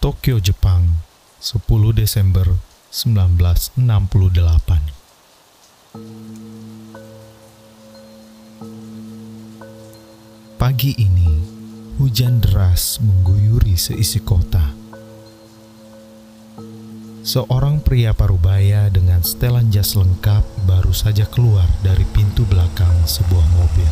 Tokyo, Jepang, 10 Desember 1968. Pagi ini, hujan deras mengguyuri seisi kota. Seorang pria parubaya dengan setelan jas lengkap baru saja keluar dari pintu belakang sebuah mobil.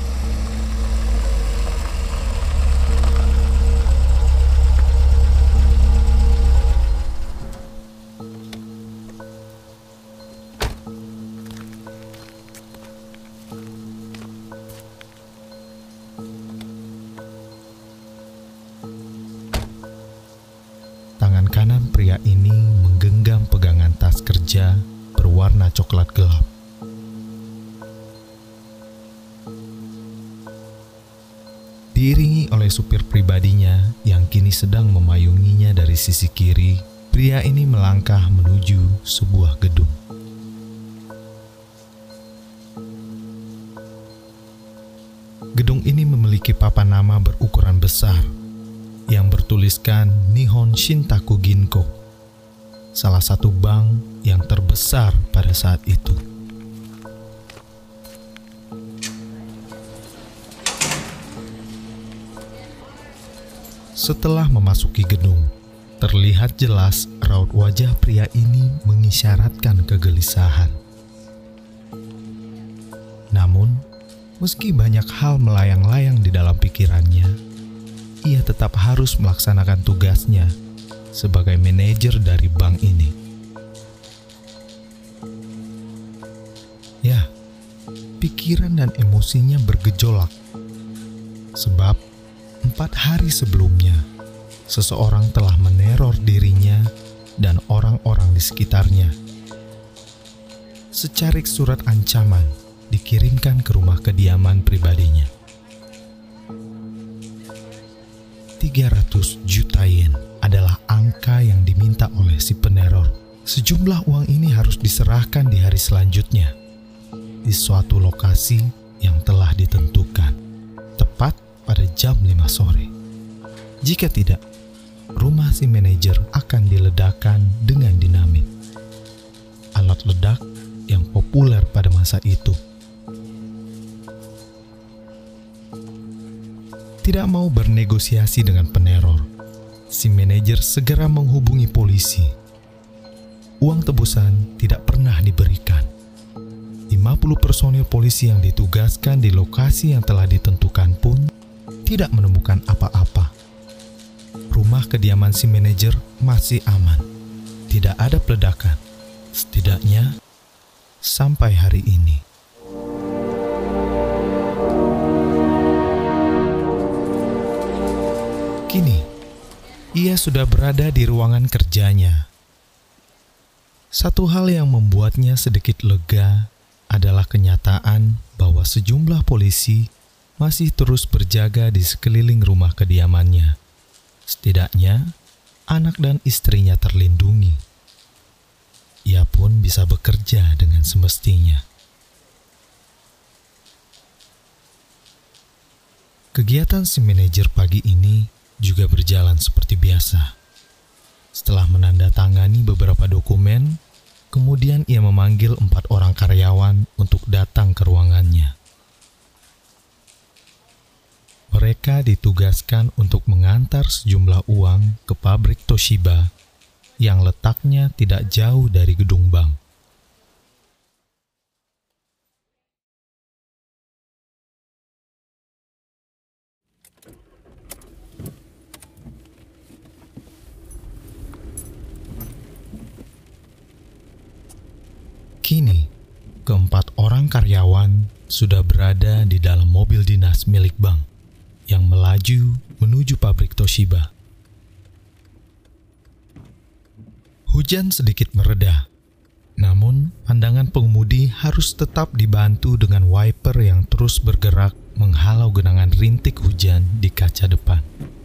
Tangan kanan pria ini menggenggam pegangan tas kerja berwarna coklat gelap. Diiringi oleh supir pribadinya yang kini sedang memayunginya dari sisi kiri, pria ini melangkah menuju sebuah gedung. Gedung ini memiliki papan nama berukuran besar yang bertuliskan Nihon Shintaku Ginko, salah satu bank yang terbesar pada saat itu. Setelah memasuki gedung, terlihat jelas raut wajah pria ini mengisyaratkan kegelisahan. Namun, meski banyak hal melayang-layang di dalam pikirannya, ia tetap harus melaksanakan tugasnya sebagai manajer dari bank ini. Ya, pikiran dan emosinya bergejolak. Sebab 4 hari sebelumnya, seseorang telah meneror dirinya dan orang-orang di sekitarnya. Secarik surat ancaman dikirimkan ke rumah kediaman pribadinya. 300 juta yen adalah angka yang diminta oleh si peneror. Sejumlah uang ini harus diserahkan di hari selanjutnya di suatu lokasi yang telah ditentukan, tepat pada jam 5 sore. Jika tidak, rumah si manajer akan diledakkan dengan dinamit, alat ledak yang populer pada masa itu. Tidak mau bernegosiasi dengan peneror, si manajer segera menghubungi polisi. Uang tebusan tidak pernah diberikan. 50 personil polisi yang ditugaskan di lokasi yang telah ditentukan pun tidak menemukan apa-apa. Rumah kediaman si manajer masih aman. Tidak ada peledakan, setidaknya sampai hari ini. Kini, ia sudah berada di ruangan kerjanya. Satu hal yang membuatnya sedikit lega adalah kenyataan bahwa sejumlah polisi masih terus berjaga di sekeliling rumah kediamannya. Setidaknya, anak dan istrinya terlindungi. Ia pun bisa bekerja dengan semestinya. Kegiatan si manajer pagi ini juga berjalan seperti biasa. Setelah menandatangani beberapa dokumen, kemudian ia memanggil 4 orang karyawan untuk datang ke ruangannya. Mereka ditugaskan untuk mengantar sejumlah uang ke pabrik Toshiba yang letaknya tidak jauh dari gedung bank. Kini, ke-4 orang karyawan sudah berada di dalam mobil dinas milik bank yang melaju menuju pabrik Toshiba. Hujan sedikit mereda, namun pandangan pengemudi harus tetap dibantu dengan wiper yang terus bergerak menghalau genangan rintik hujan di kaca depan.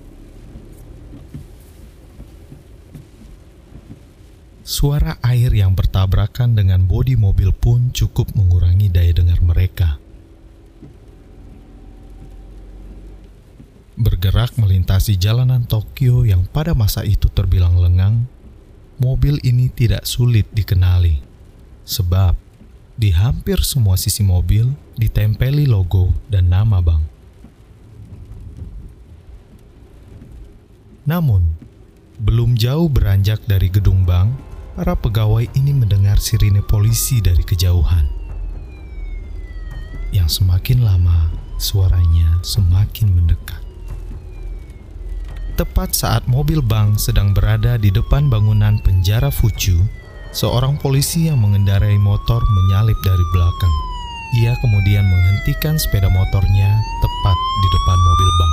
Suara air yang bertabrakan dengan bodi mobil pun cukup mengurangi daya dengar mereka. Bergerak bergerak melintasi jalanan Tokyo yang pada masa itu terbilang lengang, mobil ini tidak sulit dikenali. Sebab di hampir semua sisi mobil ditempeli logo dan nama bank. Namun, belum jauh beranjak dari gedung bank, para pegawai ini mendengar sirine polisi dari kejauhan. Yang semakin lama, suaranya semakin mendekat. Tepat saat mobil bank sedang berada di depan bangunan penjara Fuchu, seorang polisi yang mengendarai motor menyalip dari belakang. Ia kemudian menghentikan sepeda motornya tepat di depan mobil bank.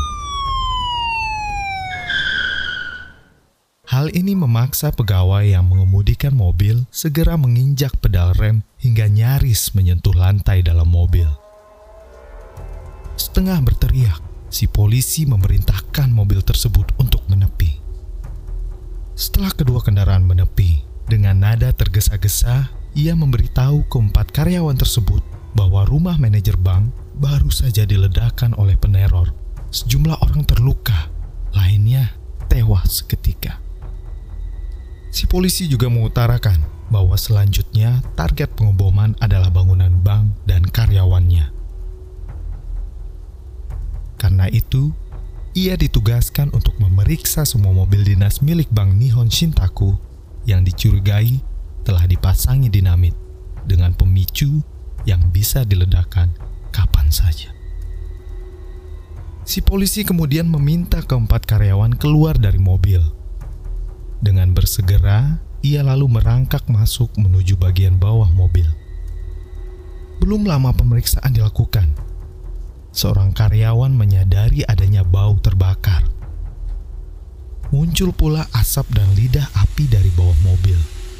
Hal ini memaksa pegawai yang mengemudikan mobil segera menginjak pedal rem hingga nyaris menyentuh lantai dalam mobil. Setengah berteriak, si polisi memerintahkan mobil tersebut untuk menepi. Setelah kedua kendaraan menepi, dengan nada tergesa-gesa, ia memberitahu keempat karyawan tersebut bahwa rumah manajer bank baru saja diledakkan oleh peneror. Sejumlah orang terluka, lainnya tewas seketika. Si polisi juga mengutarakan bahwa selanjutnya target pengeboman adalah bangunan bank dan karyawannya. Karena itu, ia ditugaskan untuk memeriksa semua mobil dinas milik Bank Nihon Shintaku yang dicurigai telah dipasangi dinamit dengan pemicu yang bisa diledakkan kapan saja. Si polisi kemudian meminta keempat karyawan keluar dari mobil. Dengan bersegera, ia lalu merangkak masuk menuju bagian bawah mobil. Belum lama pemeriksaan dilakukan, seorang karyawan menyadari adanya bau terbakar. Muncul pula asap dan lidah api dari bawah mobil.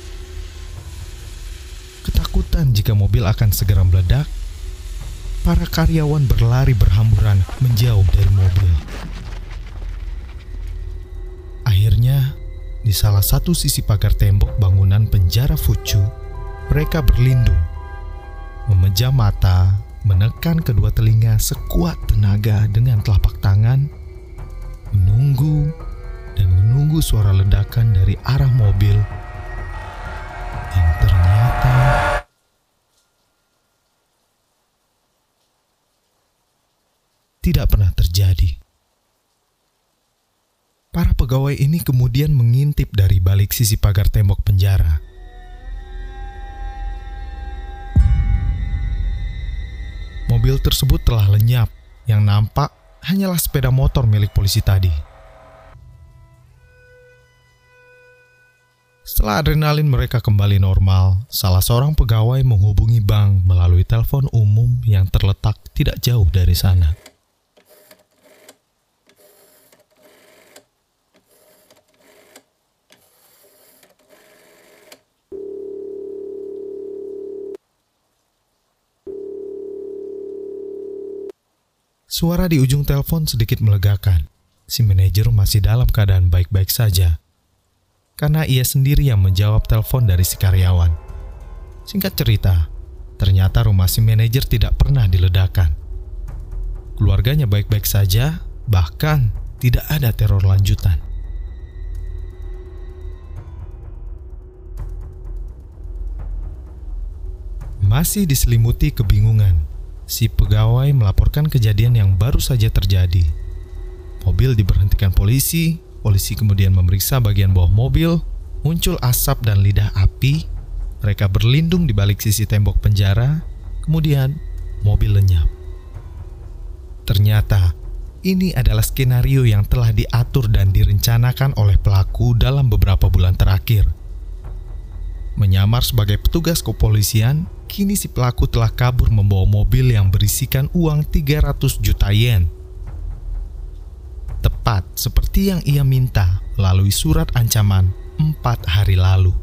Ketakutan jika mobil akan segera meledak, para karyawan berlari berhamburan menjauh dari mobil. Akhirnya, di salah satu sisi pagar tembok bangunan penjara Fuchu, mereka berlindung, memejam mata, menekan kedua telinga sekuat tenaga dengan telapak tangan, menunggu dan menunggu suara ledakan dari arah mobil yang ternyata tidak pernah terjadi. Para pegawai ini kemudian mengintip dari balik sisi pagar tembok penjara. Mobil tersebut telah lenyap, yang nampak hanyalah sepeda motor milik polisi tadi. Setelah adrenalin mereka kembali normal, salah seorang pegawai menghubungi bank melalui telepon umum yang terletak tidak jauh dari sana. Suara di ujung telepon sedikit melegakan. Si manajer masih dalam keadaan baik-baik saja, karena ia sendiri yang menjawab telepon dari si karyawan. Singkat cerita, ternyata rumah si manajer tidak pernah diledakkan. Keluarganya baik-baik saja, bahkan tidak ada teror lanjutan. Masih diselimuti kebingungan, si pegawai melaporkan kejadian yang baru saja terjadi. Mobil diberhentikan polisi kemudian memeriksa bagian bawah mobil, muncul asap dan lidah api, mereka berlindung di balik sisi tembok penjara, kemudian mobil lenyap. Ternyata, ini adalah skenario yang telah diatur dan direncanakan oleh pelaku dalam beberapa bulan terakhir. Menyamar sebagai petugas kepolisian, kini si pelaku telah kabur membawa mobil yang berisikan uang 300 juta yen. Tepat seperti yang ia minta melalui surat ancaman 4 hari lalu.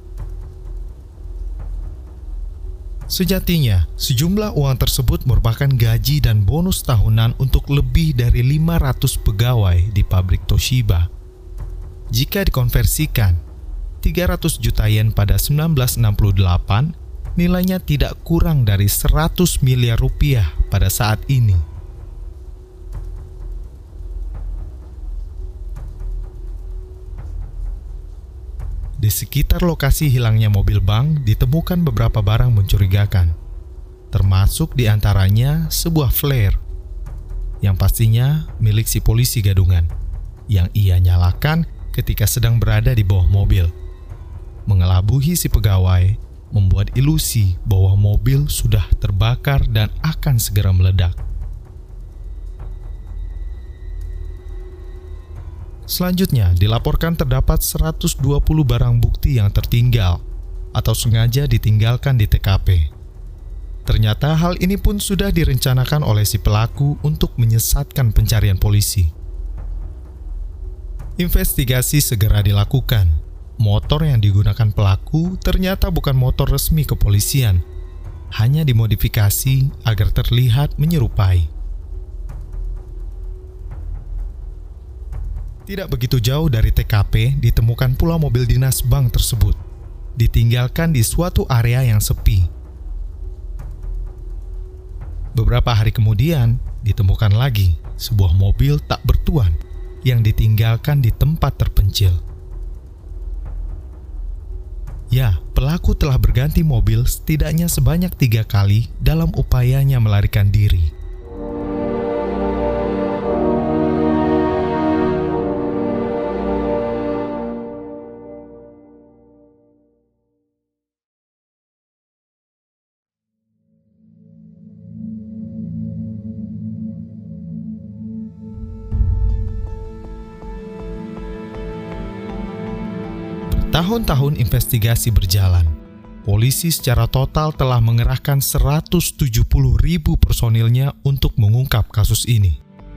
Sejatinya, sejumlah uang tersebut merupakan gaji dan bonus tahunan untuk lebih dari 500 pegawai di pabrik Toshiba. Jika dikonversikan, 300 juta yen pada 1968 nilainya tidak kurang dari 100 miliar rupiah pada saat ini. Di sekitar lokasi hilangnya mobil bank ditemukan beberapa barang mencurigakan, termasuk diantaranya sebuah flare, yang pastinya milik si polisi gadungan, yang ia nyalakan ketika sedang berada di bawah mobil. Mengelabuhi si pegawai, membuat ilusi bahwa mobil sudah terbakar dan akan segera meledak. Selanjutnya, dilaporkan terdapat 120 barang bukti yang tertinggal atau sengaja ditinggalkan di TKP. Ternyata hal ini pun sudah direncanakan oleh si pelaku untuk menyesatkan pencarian polisi. Investigasi segera dilakukan. Motor yang digunakan pelaku ternyata bukan motor resmi kepolisian, hanya dimodifikasi agar terlihat menyerupai. Tidak begitu jauh dari TKP ditemukan pula mobil dinas bank tersebut, ditinggalkan di suatu area yang sepi. Beberapa hari kemudian, ditemukan lagi sebuah mobil tak bertuan yang ditinggalkan di tempat terpencil. Ya, pelaku telah berganti mobil setidaknya sebanyak 3 kali dalam upayanya melarikan diri. Tahun-tahun investigasi berjalan, polisi secara total telah mengerahkan 170.000 personilnya untuk mengungkap kasus ini.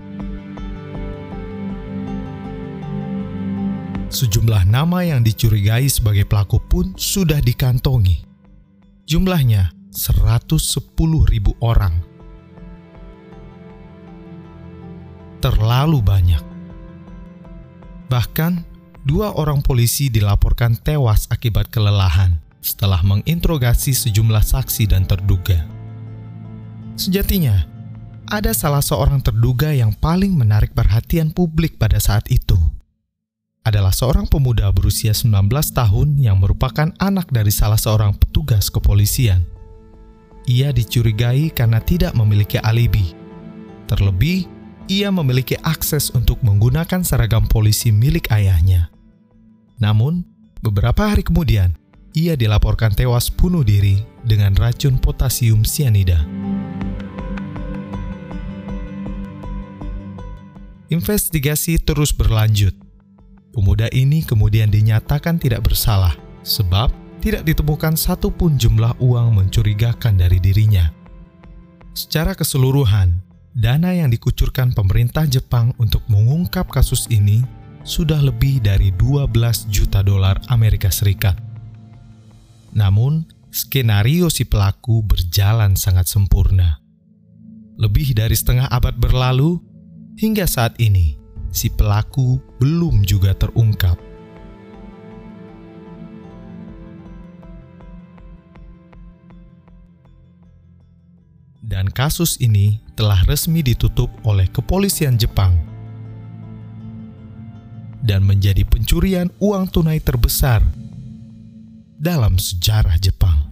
Sejumlah nama yang dicurigai sebagai pelaku pun sudah dikantongi. Jumlahnya 110.000 orang. Terlalu banyak. Bahkan 2 orang polisi dilaporkan tewas akibat kelelahan setelah menginterogasi sejumlah saksi dan terduga. Sejatinya, ada salah seorang terduga yang paling menarik perhatian publik pada saat itu. Adalah seorang pemuda berusia 19 tahun yang merupakan anak dari salah seorang petugas kepolisian. Ia dicurigai karena tidak memiliki alibi. Terlebih, ia memiliki akses untuk menggunakan seragam polisi milik ayahnya. Namun, beberapa hari kemudian, ia dilaporkan tewas bunuh diri dengan racun potasium sianida. Investigasi terus berlanjut. Pemuda ini kemudian dinyatakan tidak bersalah, sebab tidak ditemukan satupun jumlah uang mencurigakan dari dirinya. Secara keseluruhan, dana yang dikucurkan pemerintah Jepang untuk mengungkap kasus ini sudah lebih dari 12 juta dolar Amerika Serikat. Namun, skenario si pelaku berjalan sangat sempurna. Lebih dari setengah abad berlalu, hingga saat ini, si pelaku belum juga terungkap. Dan kasus ini telah resmi ditutup oleh kepolisian Jepang dan menjadi pencurian uang tunai terbesar dalam sejarah Jepang.